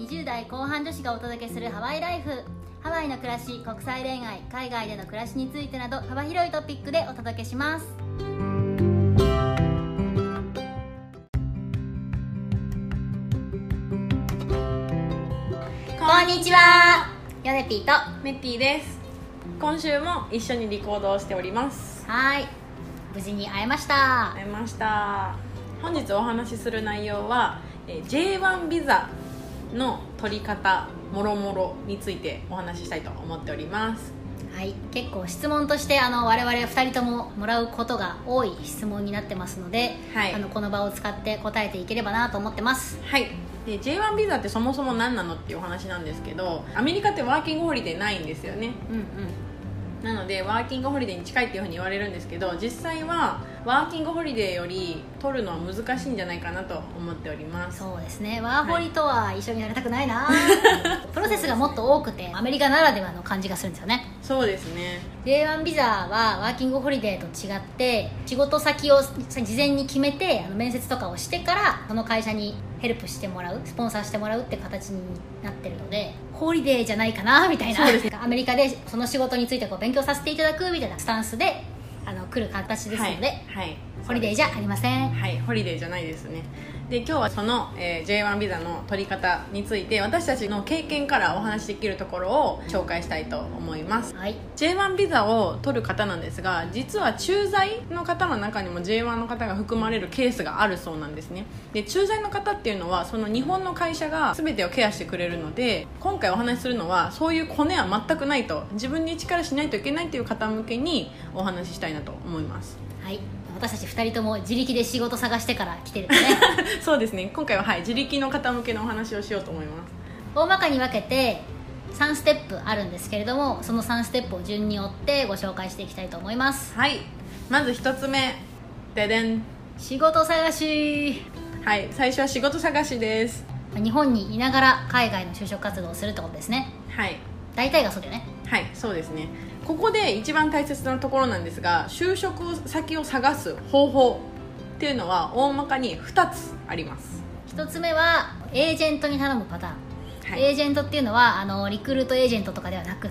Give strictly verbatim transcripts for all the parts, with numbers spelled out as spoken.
にじゅう代後半女子がお届けするハワイライフ。ハワイの暮らし、国際恋愛、海外での暮らしについてなど幅広いトピックでお届けします。こんにちは、ヨネピーとメッティです。今週も一緒にリコードをしております。 はい、無事に会えました。 会えました。本日お話しする内容は ジェイワン ビザの取り方もろもろについてお話ししたいと思っております。 はい、結構質問としてあの我々ふたりとももらうことが多い質問になってますので、はい、あのこの場を使って答えていければなと思ってます。 はい。で ジェイワン ビザってそもそも何なのっていうお話なんですけど、アメリカってワーキングホリデーないんですよね。うんうん。なのでワーキングホリデーに近いっていうふうに言われるんですけど、実際はワーキングホリデーより取るのは難しいんじゃないかなと思っております。 そうですね、ワーホリとは一緒になりたくないな、はい、プロセスがもっと多くてアメリカならではの感じがするんですよね。 そうですね。 ジェイワン ビザはワーキングホリデーと違って仕事先を事前に決めてあの面接とかをしてからその会社にヘルプしてもらう、スポンサーしてもらうって形になってるので、ホリデーじゃないかなみたいな、アメリカでその仕事についてこう勉強させていただくみたいなスタンスであの来る形ですので、はいはい、ホリデーじゃありません。 はい、ホリデーじゃないですね。で今日はその、えー、ジェイワン ビザの取り方について私たちの経験からお話しできるところを紹介したいと思います。はい、ジェイワン ビザを取る方なんですが、実は駐在の方の中にも ジェイワン の方が含まれるケースがあるそうなんですね。で駐在の方っていうのはその日本の会社が全てをケアしてくれるので、今回お話しするのはそういうコネは全くないと、自分に力しないといけないという方向けにお話ししたいなと思います。 はい、私たちふたりとも自力で仕事探してから来てるんでねそうですね、今回は、はい、自力の方向けのお話をしようと思います。 大まかに分けてさんステップあるんですけれども、そのさんステップを順に追ってご紹介していきたいと思います。 はい、まずひとつめ、ででん、 仕事探し。 はい、最初は仕事探しです。 日本にいながら海外の就職活動をするってことですね。 はい、大体がそうだよね。 はい、そうですね。ここで一番大切なところなんですが、就職先を探す方法っていうのは大まかにふたつあります。 ひとつめはエージェントに頼むパターン、はい、エージェントっていうのはあのリクルートエージェントとかではなくって、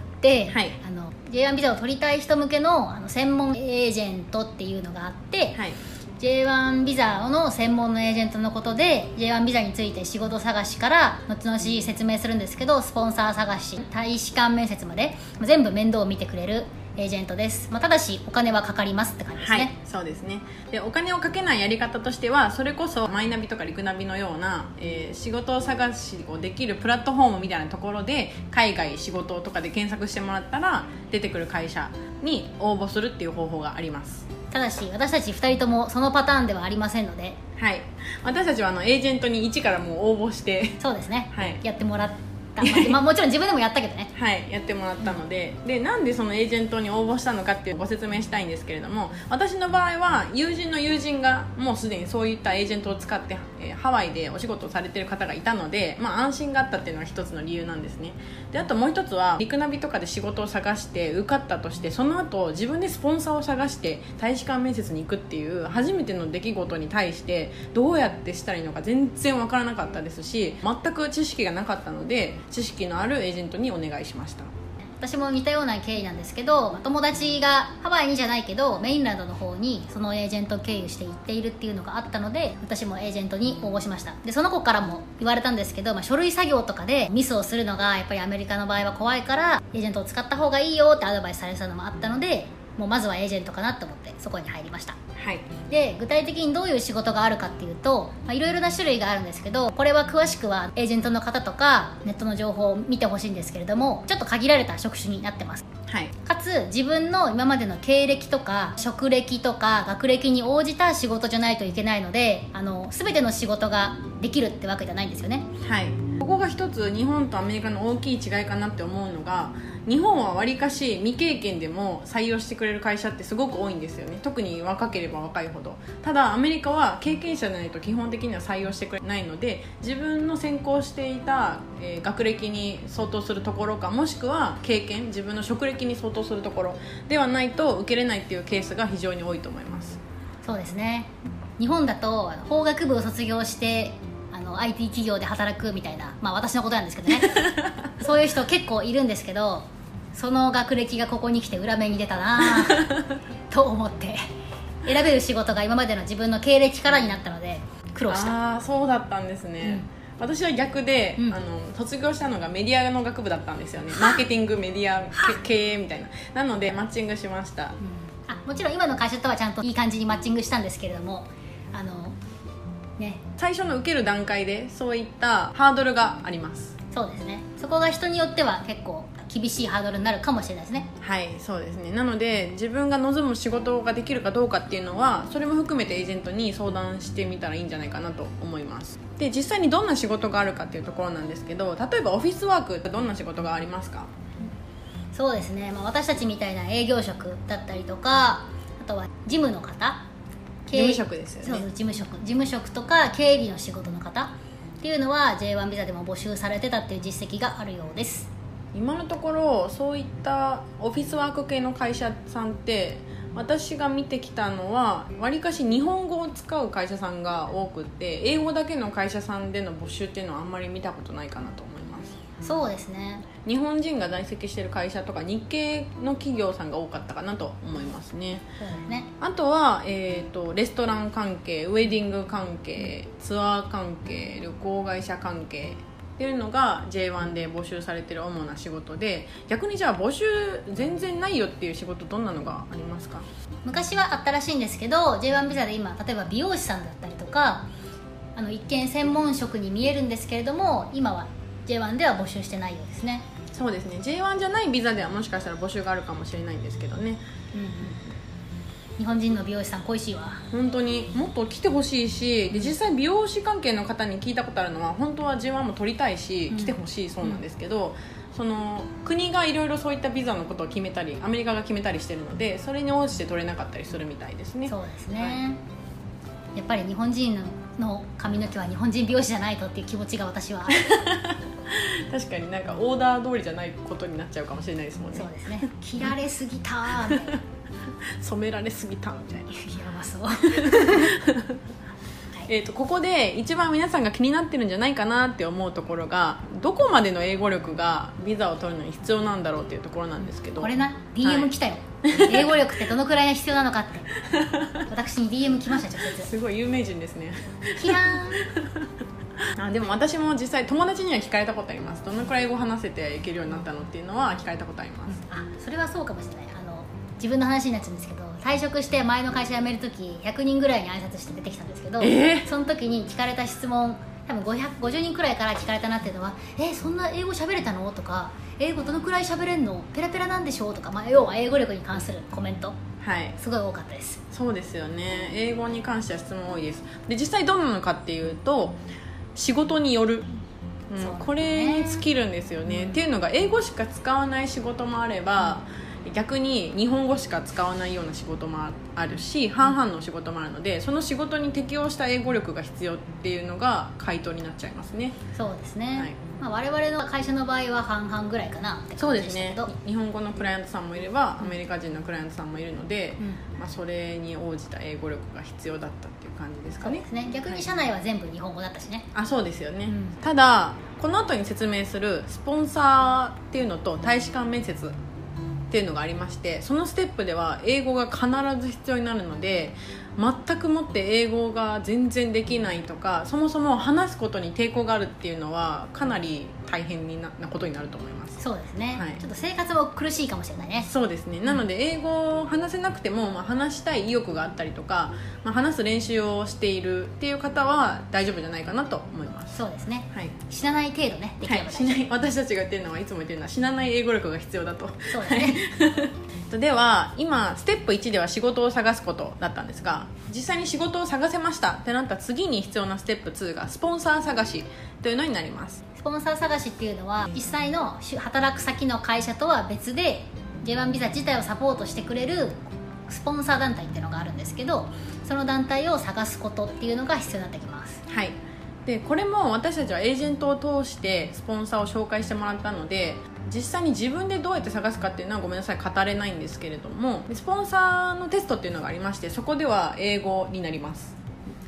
はい、あの ジェイワン ビザを取りたい人向け の, あの専門エージェントっていうのがあって、はい、ジェイワン ビザの専門のエージェントのことで ジェイワン ビザについて仕事探しから後々説明するんですけど、スポンサー探し、大使館面接まで全部面倒を見てくれるエージェントです。まあ、ただしお金はかかりますって感じですね。はい、 そうですね。でお金をかけないやり方としては、それこそマイナビとかリクナビのような、えー、仕事探しをできるプラットフォームみたいなところで海外仕事とかで検索してもらったら出てくる会社に応募するっていう方法があります。 ただし私たちふたりともそのパターンではありませんので、 はい、私たちはあのエージェントに一からもう応募してそうですね、はい、やってもらってまあ、もちろん自分でもやったけどねはい、やってもらったので、うん、でなんでそのエージェントに応募したのかっていうご説明したいんですけれども、私の場合は友人の友人がもうすでにそういったエージェントを使って、えー、ハワイでお仕事をされている方がいたので、まあ、安心があったっていうのが一つの理由なんですね。であともう一つはリクナビとかで仕事を探して受かったとして、その後自分でスポンサーを探して大使館面接に行くっていう初めての出来事に対してどうやってしたらいいのか全然わからなかったですし、全く知識がなかったので知識のあるエージェントにお願いしました。 私も似たような経緯なんですけど、友達がハワイにじゃないけどメインランドの方にそのエージェント経由して行っているっていうのがあったので、私もエージェントに応募しました。でその子からも言われたんですけど、まあ、書類作業とかでミスをするのがやっぱりアメリカの場合は怖いからエージェントを使った方がいいよってアドバイスされてたのもあったので、もうまずはエージェントかなと思ってそこに入りました。はい、で具体的にどういう仕事があるかっていうと、いろいろな種類があるんですけど、これは詳しくはエージェントの方とかネットの情報を見てほしいんですけれども、ちょっと限られた職種になってます。はい、かつ自分の今までの経歴とか職歴とか学歴に応じた仕事じゃないといけないので、あの全ての仕事ができるってわけじゃないんですよね。はい、 ここが一つ日本とアメリカの大きい違いかなって思うのが、日本はわりかし未経験でも採用してくれる会社ってすごく多いんですよね。特に若ければ若いほど。ただアメリカは経験者じゃないと基本的には採用してくれないので、自分の専攻していた、えー、学歴に相当するところか、もしくは経験、自分の職歴に相当するところではないと受けれないっていうケースが非常に多いと思います。 そうですね。日本だと法学部を卒業してあの アイティー 企業で働くみたいな、まあ私のことなんですけどねそういう人結構いるんですけど、その学歴がここに来て裏目に出たなと思って選べる仕事が今までの自分の経歴からになったので苦労した。 ああそうだったんですね、うん、私は逆で、うん、あの卒業したのがメディアの学部だったんですよね。マーケティングメディア経営みたいな。なのでマッチングしました、うん、 あもちろん今の会社とはちゃんといい感じにマッチングしたんですけれども、あのね、 最初の受ける段階でそういったハードルがあります。 そうですね、そこが人によっては結構厳しいハードルになるかもしれないですね。 はいそうですね。なので自分が望む仕事ができるかどうかっていうのはそれも含めてエージェントに相談してみたらいいんじゃないかなと思います。で実際にどんな仕事があるかっていうところなんですけど、例えばオフィスワークってどんな仕事がありますか？ そうですね、まあ、私たちみたいな営業職だったりとか、あとは事務の方、 事務職ですよね。 そう事務職事務職とか経理の仕事の方っていうのは ジェイワン ビザでも募集されてたっていう実績があるようです。 今のところそういったオフィスワーク系の会社さんって私が見てきたのはわりかし日本語を使う会社さんが多くって英語だけの会社さんでの募集っていうのはあんまり見たことないかなと思います。 そうですね、 日本人が在籍している会社とか日系の企業さんが多かったかなと思いますね。 そうですね。 あとは、えーと、レストラン関係、ウェディング関係、ツアー関係、旅行会社関係っていうのが ジェイワン で募集されている主な仕事で、逆にじゃあ募集全然ないよっていう仕事どんなのがありますか？ 昔はあったらしいんですけど ジェイワン ビザで今例えば美容師さんだったりとか、あの一見専門職に見えるんですけれども今は ジェイワン では募集してないようですね。 そうですね、 ジェイワン じゃないビザではもしかしたら募集があるかもしれないんですけどね、 うんうん、日本人の美容師さん恋しいわ。 本当にもっと来てほしいし、で実際美容師関係の方に聞いたことあるのは本当は ジェイワン も取りたいし、うん、来てほしいそうなんですけど、うん、その国がいろいろそういったビザのことを決めたりアメリカが決めたりしてるのでそれに応じて取れなかったりするみたいですね。 そうですね、はい、やっぱり日本人の髪の毛は日本人美容師じゃないとっていう気持ちが私は確かになんかオーダー通りじゃないことになっちゃうかもしれないですもんね。 そうですね、切られすぎたみたいな染められすぎたみたいなやばそうえーとここで一番皆さんが気になってるんじゃないかなって思うところが、どこまでの英語力がビザを取るのに必要なんだろうっていうところなんですけど、 これな ディーエム 来たよ、はい、英語力ってどのくらい必要なのかって私に ディーエム 来ました直接。 すごい有名人ですねキラーンあでも私も実際友達には聞かれたことあります。どのくらい英語話せていけるようになったのっていうのは聞かれたことあります、 うん、あそれはそうかもしれない。あの自分の話になっちゃうんですけど、退職して前の会社辞めるときひゃくにんぐらいに挨拶して出てきたんですけど、 えー、 その時に聞かれた質問多分ごひゃくごじゅうにんくらいから聞かれたなっていうのは、えそんな英語喋れたのとか、英語どのくらい喋れんの、ペラペラなんでしょうとか、まあ、要は英語力に関するコメント、 はい、 すごい多かったです。 そうですよね、英語に関しては質問多いです。で実際どうなのかっていうと仕事による、うんね、これに尽きるんですよね、うん、っていうのが英語しか使わない仕事もあれば、うん、逆に日本語しか使わないような仕事もあるし、半々の仕事もあるので、その仕事に適応した英語力が必要っていうのが回答になっちゃいますね。そうですね、はい、 まあ、我々の会社の場合は半々ぐらいかなって感じでしたけど、 そうですね、日本語のクライアントさんもいればアメリカ人のクライアントさんもいるので、うん、まあ、それに応じた英語力が必要だったっていう感じですかね。 そうですね、逆に社内は全部日本語だったしね、 はい、あそうですよね、 うん、 ただこの後に説明するスポンサーっていうのと大使館面接っていうのがありまして、そのステップでは英語が必ず必要になるので、全くもって英語が全然できないとか、そもそも話すことに抵抗があるっていうのはかなり大変に な, なことになると思います。 そうですね、 はい、 ちょっと生活も苦しいかもしれないね。 そうですね、なので英語を話せなくても、まあ、話したい意欲があったりとか、まあ、話す練習をしているっていう方は大丈夫じゃないかなと思います。 そうですね、 はい、 死なない程度ねできれば、はい、 死ない私たちが言ってるのはいつも言ってるのは死なない英語力が必要だと。 そうですねでは今ステップいちでは仕事を探すことだったんですが、実際に仕事を探せましたってなった次に必要なステップにがスポンサー探しというのになります。 スポンサー探しっていうのは実際の働く先の会社とは別で ジェイワン ビザ自体をサポートしてくれるスポンサー団体っていうのがあるんですけど、その団体を探すことっていうのが必要になってきます。 はい、でこれも私たちはエージェントを通してスポンサーを紹介してもらったので、実際に自分でどうやって探すかっていうのはごめんなさい語れないんですけれども、スポンサーのテストっていうのがありまして、そこでは英語になります。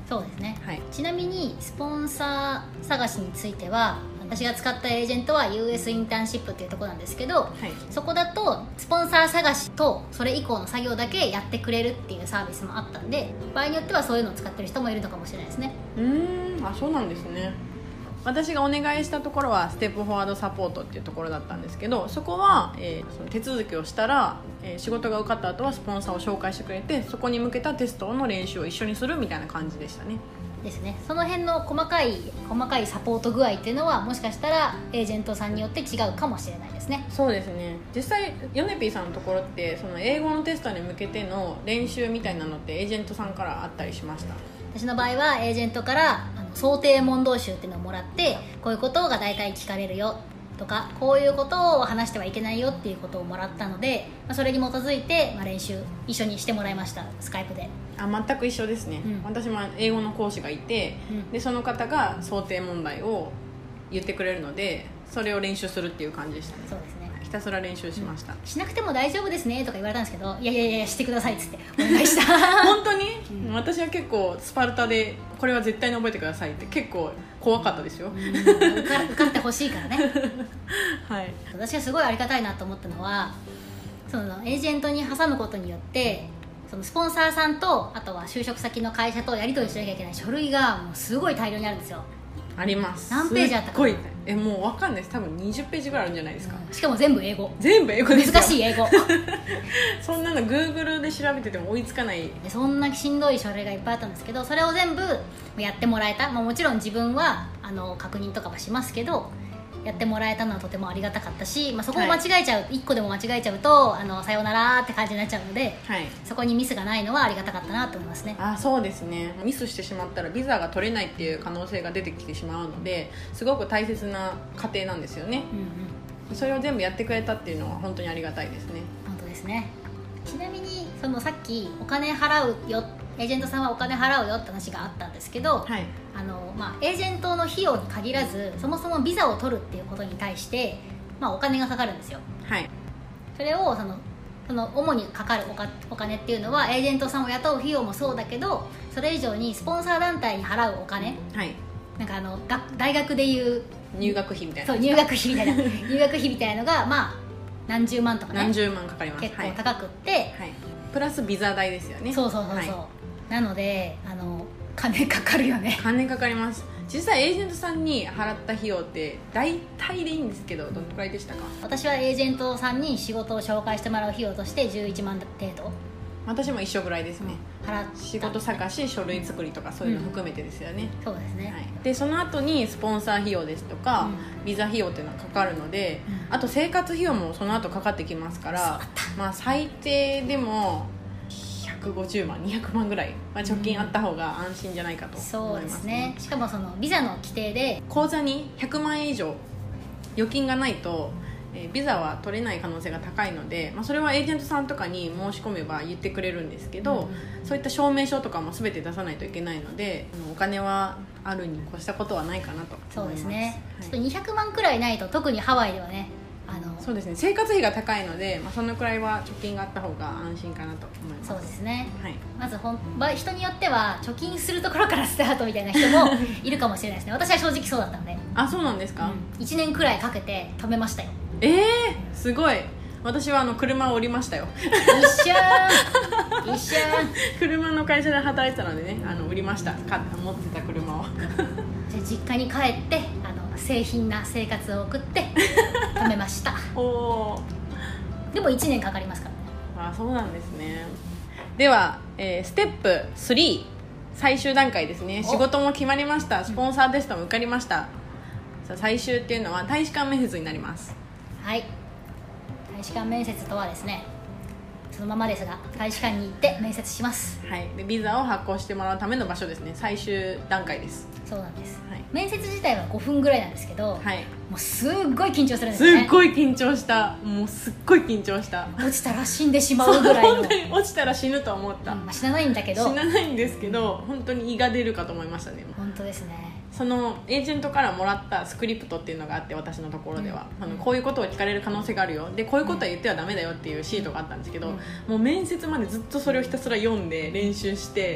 そうですね、 はい、 ちなみにスポンサー探しについては私が使ったエージェントは ユーエス インターンシップっていうところなんですけど、はい、そこだとスポンサー探しとそれ以降の作業だけやってくれるっていうサービスもあったんで、場合によってはそういうのを使ってる人もいるのかもしれないですね。 うーん、あ、そうなんですね。私がお願いしたところはステップフォワードサポートっていうところだったんですけど、そこは、えー、その手続きをしたら、えー、仕事が受かった後はスポンサーを紹介してくれて、そこに向けたテストの練習を一緒にするみたいな感じでしたね。 ですね。その辺の細かい細かいサポート具合っていうのはもしかしたらエージェントさんによって違うかもしれないですね。 そうですね。実際ヨネピーさんのところってその英語のテストに向けての練習みたいなのってエージェントさんからあったりしました？ 私の場合はエージェントからあの想定問答集っていうのをもらって、こういうことが大体聞かれるよとか、こういうことを話してはいけないよっていうことをもらったので、まあ、それに基づいて、まあ、練習一緒にしてもらいました。スカイプで。 あ、全く一緒ですね、うん、私も英語の講師がいて、うん、でその方が想定問題を言ってくれるので、それを練習するっていう感じでしたね。 そうですね、 ひたすら練習しました、 うん、しなくても大丈夫ですねとか言われたんですけど、いやいやいやしてくださいっつってお願いした本当に、うん、私は結構スパルタで、これは絶対に覚えてくださいって結構怖かったですよ、うん、 受か、受かってほしいからねはい、 私がすごいありがたいなと思ったのは、そのエージェントに挟むことによってそのスポンサーさんと、あとは就職先の会社とやり取りしなきゃいけない書類がもうすごい大量にあるんですよ。 あります。 何ページあったかな。 え、もう分かんないです。多分にじゅっページぐらいあるんじゃないですか、 うん、しかも全部英語。 全部英語ですよ。 難しい英語そんなの Google で調べてても追いつかない。 そんなしんどい書類がいっぱいあったんですけど、それを全部やってもらえた、まあ、もちろん自分はあの確認とかはしますけど、やってもらえたのはとてもありがたかったし、まあ、そこを間違えちゃう、はい、いっこでも間違えちゃうとあのさようならって感じになっちゃうので、はい、そこにミスがないのはありがたかったなと思いますね。 あ、そうですね。ミスしてしまったらビザが取れないっていう可能性が出てきてしまうので、すごく大切な過程なんですよね、うんうん、それを全部やってくれたっていうのは本当にありがたいですね。 本当ですね。ちなみにそのさっきお金払うよ、エージェントさんはお金払うよって話があったんですけど、はい、あのまあ、エージェントの費用に限らず、そもそもビザを取るっていうことに対して、まあ、お金がかかるんですよ、はい、それをそのその主にかかるおかお金っていうのはエージェントさんを雇う費用もそうだけど、それ以上にスポンサー団体に払うお金、はい、なんかあのが大学でいう入学費みたいな、 そう、入学費みたいな入学費みたいなのが、まあ、何十万とかね、 何十万かかります。 結構高くって、はいはい、 プラスビザ代ですよね。 そうそうそうそう、はい、なのであの金かかるよね。 金かかります。実際エージェントさんに払った費用って大体でいいんですけど、どのくらいでしたか？ 私はエージェントさんに仕事を紹介してもらう費用としてじゅういちまん程度。 私も一緒ぐらいですね、 うん、払った。 仕事探し、書類作りとかそういうの含めてですよね、 うん、そうですね、 はい、でその後にスポンサー費用ですとか、うん、ビザ費用っていうのがかかるので、うん、あと生活費用もその後かかってきますから、まあ、最低でもひゃくごじゅうまんにひゃくまんぐらい、まあ、貯金あった方が安心じゃないかと思いますね、うん、そうですね。 しかもそのビザの規定で口座にひゃくまんえん以上預金がないとえー、ビザは取れない可能性が高いので、まあ、それはエージェントさんとかに申し込めば言ってくれるんですけど、うん、そういった証明書とかも全て出さないといけないので、お金はあるに越したことはないかなと思います。 そうですね、はい、ちょっとにひゃくまんくらいないと、特にハワイではね、あのそうですね、生活費が高いので、まあ、そのくらいは貯金があった方が安心かなと思います。 そうですね、 はい、 まずほん人によっては貯金するところからスタートみたいな人もいるかもしれないですね。私は正直そうだったので。 あ、そうなんですか、 うん、いちねんくらいかけて貯めましたよ。 えー、すごい。私はあの車を降りましたよ。 一緒一緒車の会社で働いてたのでね、あの売りました。か持ってた車をじゃあ実家に帰ってあの清貧な生活を送って貯めました。おでもいちねんかかりますからね。 あ、そうなんですね。では、えー、ステップスリー最終段階ですね。仕事も決まりました。スポンサーテストも受かりました。さあ最終っていうのは大使館面接になります。 はい、大使館面接とはですね、そのままですが大使館に行って面接します。 はい、でビザを発行してもらうための場所ですね。最終段階です。 そうなんです、はい、面接自体はごふんぐらいなんですけど、はい、もうすっごい緊張するんですね。すっごい緊張した。もうすっごい緊張した。 落ちたら死んでしまうぐらいの本当に落ちたら死ぬと思った、 うん、まあ、死なないんだけど死なないんですけど、本当に胃が出るかと思いましたね。 本当ですね。 そのエージェントからもらったスクリプトっていうのがあって、私のところでは、うん、あのこういうことを聞かれる可能性があるよ、でこういうことは言ってはダメだよっていうシートがあったんですけど、うん、もう面接までずっとそれをひたすら読んで練習して、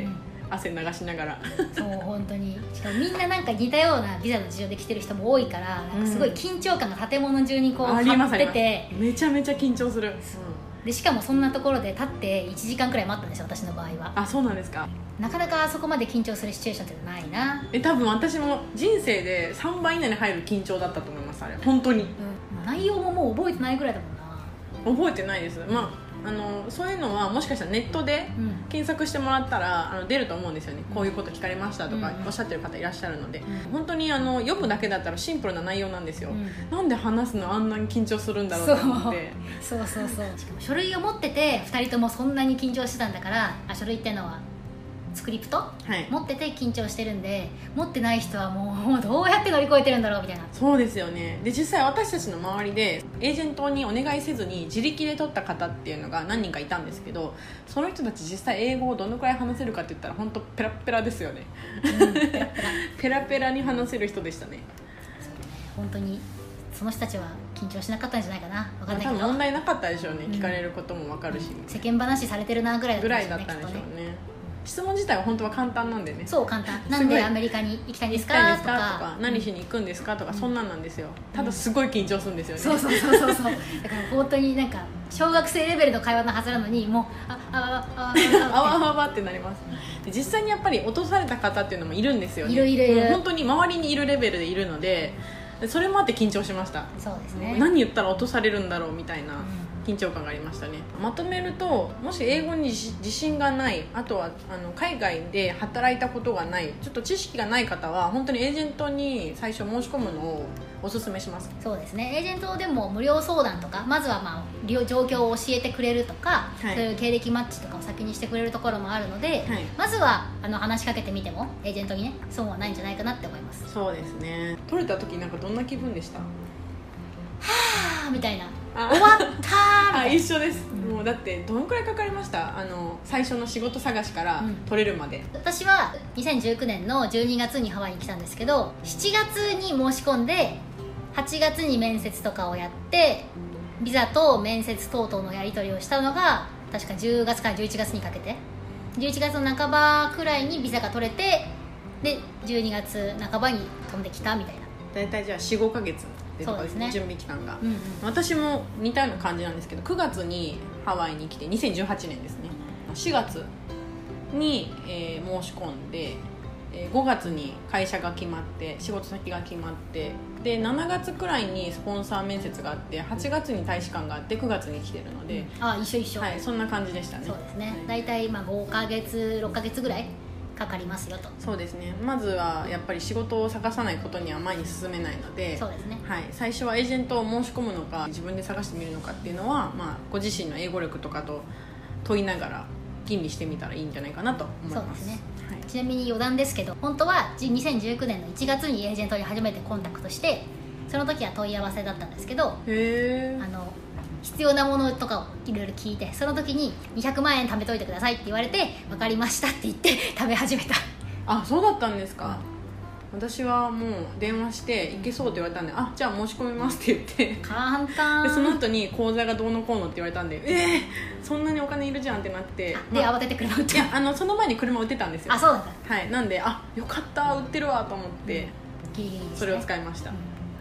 汗流しながらそう本当にしかもみんななんか似たようなビザの事情で来てる人も多いからなんかすごい緊張感が建物中にこう張ってて、 めちゃめちゃ緊張する。 でしかもそんなところで立っていちじかんくらい待ったんですよ、私の場合は。 あ、そうなんですか。 なかなかあそこまで緊張するシチュエーションってないな。 え多分私も人生でさんばい以内に入る緊張だったと思います。あれ本当に、 うん、内容ももう覚えてないぐらいだもんな。 覚えてないです。まああのそういうのはもしかしたらネットで検索してもらったら、うん、あの出ると思うんですよね。こういうこと聞かれましたとかおっしゃってる方いらっしゃるので、うん、本当にあの読むだけだったらシンプルな内容なんですよ、うん、なんで話すのあんなに緊張するんだろうと思って。 そうそうそうそうしかも書類を持っててふたりともそんなに緊張してたんだから、あ書類っていうのはスクリプト、はい、持ってて緊張してるんで、持ってない人はもう、もうどうやって乗り越えてるんだろうみたいな。 そうですよね。で実際私たちの周りでエージェントにお願いせずに自力で取った方っていうのが何人かいたんですけど、その人たち実際英語をどのくらい話せるかって言ったら本当ペラペラですよね、うん、ペラペラペラペラに話せる人でしたね。そうね、 本当にその人たちは緊張しなかったんじゃないかな。分かんないけど多分問題なかったでしょうね、うん、聞かれることも分かるし、 世間話されてるなぐらいだったんでしょうね。 ぐらいだったんでしょうね。質問自体は本当は簡単なんでね。 そう簡単なんでアメリカに行きたいんですかと か, とか何しに行くんですかとか、うん、そんなんなんですよ。ただすごい緊張するんですよね、 うん、そうそうそうそうそうだから本当になんか小学生レベルの会話のはずなのにもうあああああわあわわってなります。で実際にやっぱり落とされた方っていうのもいるんですよね。 いるいるいる、 本当に周りにいるレベルでいるので、それもあって緊張しました。 そうですね、 何言ったら落とされるんだろうみたいな、うん緊張感がありましたね。まとめると、もし英語に自信がない、あとはあの海外で働いたことがない、ちょっと知識がない方は本当にエージェントに最初申し込むのをおすすめします。 そうですね、エージェントでも無料相談とか、まずは、まあ、状況を教えてくれるとか、はい、そういう経歴マッチとかを先にしてくれるところもあるので、はい、まずはあの話しかけてみてもエージェントにね損はないんじゃないかなって思います。 そうですね。取れた時なんかどんな気分でした？はぁーみたいな、終わったーみたいな。 あ一緒です、うん、もうだってどのくらいかかりました？あの最初の仕事探しから取れるまで、うん、 私はにせんじゅうきゅうねんのじゅうにがつにハワイに来たんですけど、しちがつに申し込んではちがつに面接とかをやってビザと面接等々のやり取りをしたのが確かじゅうがつからじゅういちがつにかけて、じゅういちがつの半ばくらいにビザが取れて、でじゅうにがつなかばに飛んできたみたいな。 だいたいじゃあ よん,ご ヶ月ってとこですね、準備期間が、うんうん、私も似たような感じなんですけど、くがつにハワイに来てにせんじゅうはちねんですね。しがつに、えー、申し込んで、えー、ごがつに会社が決まって仕事先が決まって、でしちがつくらいにスポンサー面接があって、はちがつに大使館があってくがつに来てるので、 うん、あ一緒一緒、 はい、そんな感じでしたね。 そうですね、だいたいごかげつろっかげつぐらいかかりますよと。 そうですね。まずはやっぱり仕事を探さないことには前に進めないので、 そうですね、 はい、最初はエージェントを申し込むのか自分で探してみるのかっていうのは、まあ、ご自身の英語力とかと問いながら吟味してみたらいいんじゃないかなと思います。 そうですね、はい、ちなみに余談ですけど、本当はにせんじゅうきゅうねんのいちがつにエージェントに初めてコンタクトして、その時は問い合わせだったんですけど、 へー、 あの必要なものとかをいろいろ聞いて、その時ににひゃくまんえん貯めといてくださいって言われて、分かりましたって言って貯め始めた。 あ、そうだったんですか。私はもう電話して行けそうって言われたんで、あ、じゃあ申し込みますって言って簡単でその後に口座がどうのこうのって言われたんで、えー、そんなにお金いるじゃんってなって、 で、まあ、慌てて車売って。 いや、あのその前に車売ってたんですよ。 あ、そうだった。 はい、なんで、あ、よかった売ってるわと思って、 ギリギリですね、 それを使いました、 うん、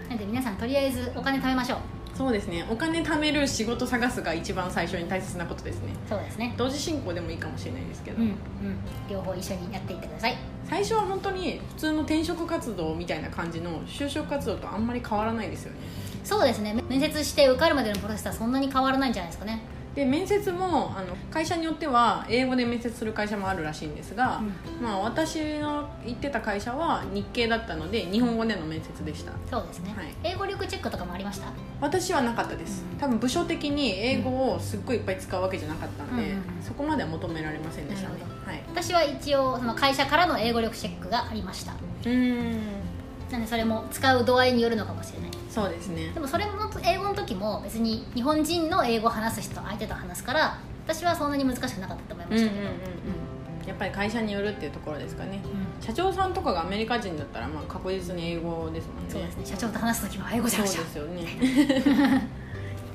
なんで皆さんとりあえずお金貯めましょう。 そうですね、お金貯める仕事探すが一番最初に大切なことですね。 そうですね、 同時進行でもいいかもしれないですけど、 うんうん、両方一緒にやっていってください。 最初は本当に普通の転職活動みたいな感じの就職活動とあんまり変わらないですよね。 そうですね、面接して受かるまでのプロセスはそんなに変わらないんじゃないですかね。 で面接もあの会社によっては英語で面接する会社もあるらしいんですが、うん、まあ、私の行ってた会社は日系だったので日本語での面接でした。 そうですね、はい、英語力チェックとかもありました？ 私はなかったです、うん、多分部署的に英語をすっごいいっぱい使うわけじゃなかったんで、うんうんうん、そこまでは求められませんでしたね。はい、 私は一応その会社からの英語力チェックがありました。 うーん、 なんでそれも使う度合いによるのかもしれない。 そうですね。 でもそれも英語の時も別に日本人の英語を話す人相手と話すから、私はそんなに難しくなかったと思いましたけど、うんうんうんうん、やっぱり会社によるっていうところですかね、うん、社長さんとかがアメリカ人だったらまあ確実に英語ですもんね。 そうですね、社長と話す時は英語じゃなくちゃ。 そうですよね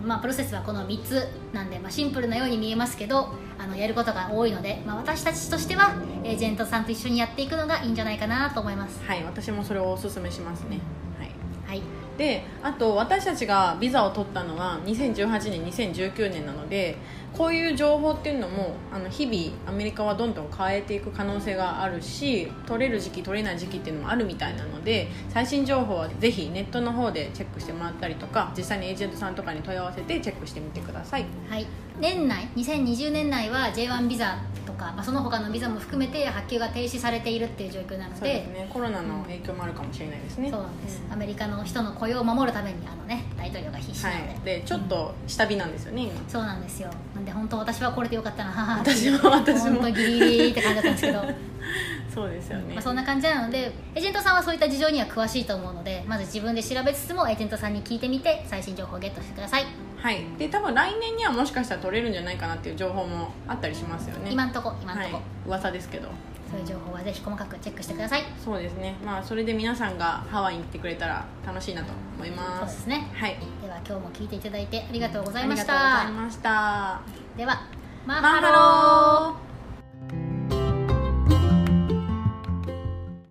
まあ、プロセスはこのみっつなんで、まあ、シンプルなように見えますけど、あのやることが多いので、まあ、私たちとしてはエージェントさんと一緒にやっていくのがいいんじゃないかなと思います。 はい、私もそれをおすすめしますね。はい、 はい、 であと私たちがビザを取ったのはにせんじゅうはちねんにせんじゅうきゅうねんなので、こういう情報っていうのもあの日々アメリカはどんどん変えていく可能性があるし、取れる時期取れない時期っていうのもあるみたいなので、最新情報はぜひネットの方でチェックしてもらったりとか、実際にエージェントさんとかに問い合わせてチェックしてみてください。 はい、年内にせんにじゅうねん内は ジェイワン ビザとか、まあ、その他のビザも含めて発給が停止されているっていう状況なので、 そうですね、コロナの影響もあるかもしれないですね。 そうなんです、アメリカの人の雇用を守るためにあの、ね、大統領が必死なので、 はい、でちょっと下火なんですよね、今。 そうなんですよ。なんで本当私はこれでよかったな私も私も本当ギリギリって感じだったんですけどそうですよね、 まあ、そんな感じなので、エージェントさんはそういった事情には詳しいと思うので、まず自分で調べつつもエージェントさんに聞いてみて最新情報をゲットしてください。 はい、で多分来年にはもしかしたら取れるんじゃないかなっていう情報もあったりしますよね。 今んとこ今んとこ、 はい、噂ですけど、 そういう情報はぜひ細かくチェックしてください。 そうですね、まあそれで皆さんがハワイに行ってくれたら楽しいなと思います。 そうですね、 はい、 では今日も聞いていただいてありがとうございました。 ありがとうございました。 ではママハロー。